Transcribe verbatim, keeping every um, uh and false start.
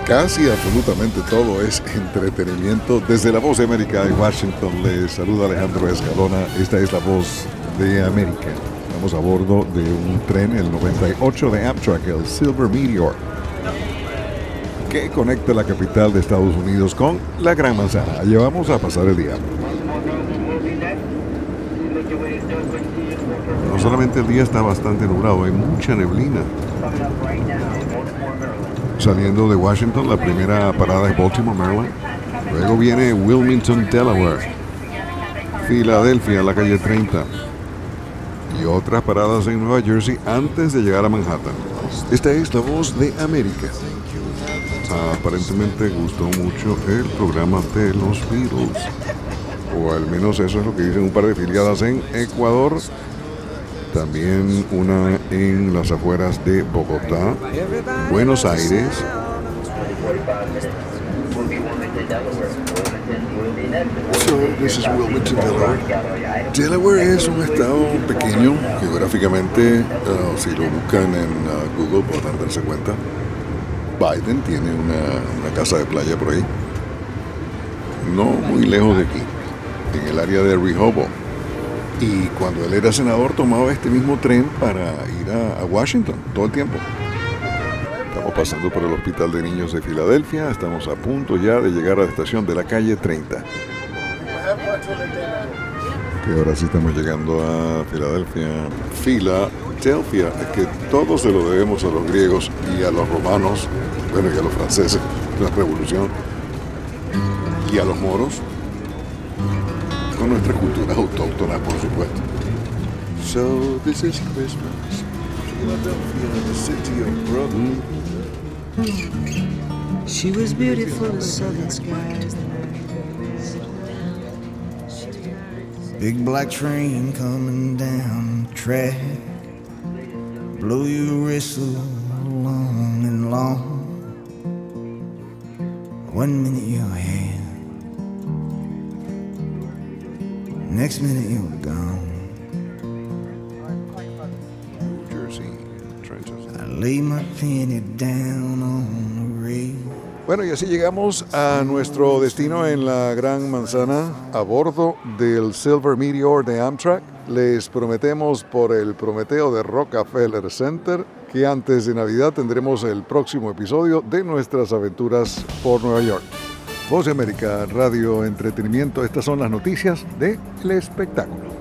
Casi absolutamente todo es entretenimiento. Desde la Voz de América en Washington les saluda Alejandro Escalona. Esta es la Voz de América. Estamos a bordo de un tren, el noventa y ocho de Amtrak, el Silver Meteor, que conecta la capital de Estados Unidos con la Gran Manzana. Allí vamos a pasar el día. No solamente el día está bastante nublado, hay mucha neblina. Saliendo de Washington, la primera parada es Baltimore, Maryland. Luego viene Wilmington, Delaware. Filadelfia, la calle treinta. Y otras paradas en Nueva Jersey antes de llegar a Manhattan. Esta es la Voz de América. Aparentemente gustó mucho el programa de los Beatles. O al menos eso es lo que dicen un par de filiadas en Ecuador. También una en las afueras de Bogotá, Buenos Aires. So, this is Wilmington, Delaware. Delaware es un estado pequeño geográficamente. Uh, si lo buscan en uh, Google podrán darse cuenta. Biden tiene una, una casa de playa por ahí, no muy lejos de aquí, en el área de Rehoboth. Y cuando él era senador tomaba este mismo tren para ir a, a Washington todo el tiempo. Estamos pasando por el Hospital de Niños de Filadelfia. Estamos a punto ya de llegar a la estación de la calle treinta. Que ahora sí estamos llegando a Filadelfia. Filadelfia, es que todo se lo debemos a los griegos y a los romanos, bueno, y a los franceses, la revolución, y a los moros, con nuestra cultura autóctona, por supuesto. So, this is Christmas. Philadelphia, the city of brotherhood. She was beautiful as southern skies. Big black train coming down the track. Blow your whistle long and long. One minute you're here, next minute you're gone. New Jersey, trenches. I lay my penny down on the rail. Bueno, y así llegamos a nuestro destino en la Gran Manzana a bordo del Silver Meteor de Amtrak. Les prometemos por el Prometeo de Rockefeller Center que antes de Navidad tendremos el próximo episodio de nuestras aventuras por Nueva York. Voz de América, Radio Entretenimiento, estas son las noticias del espectáculo.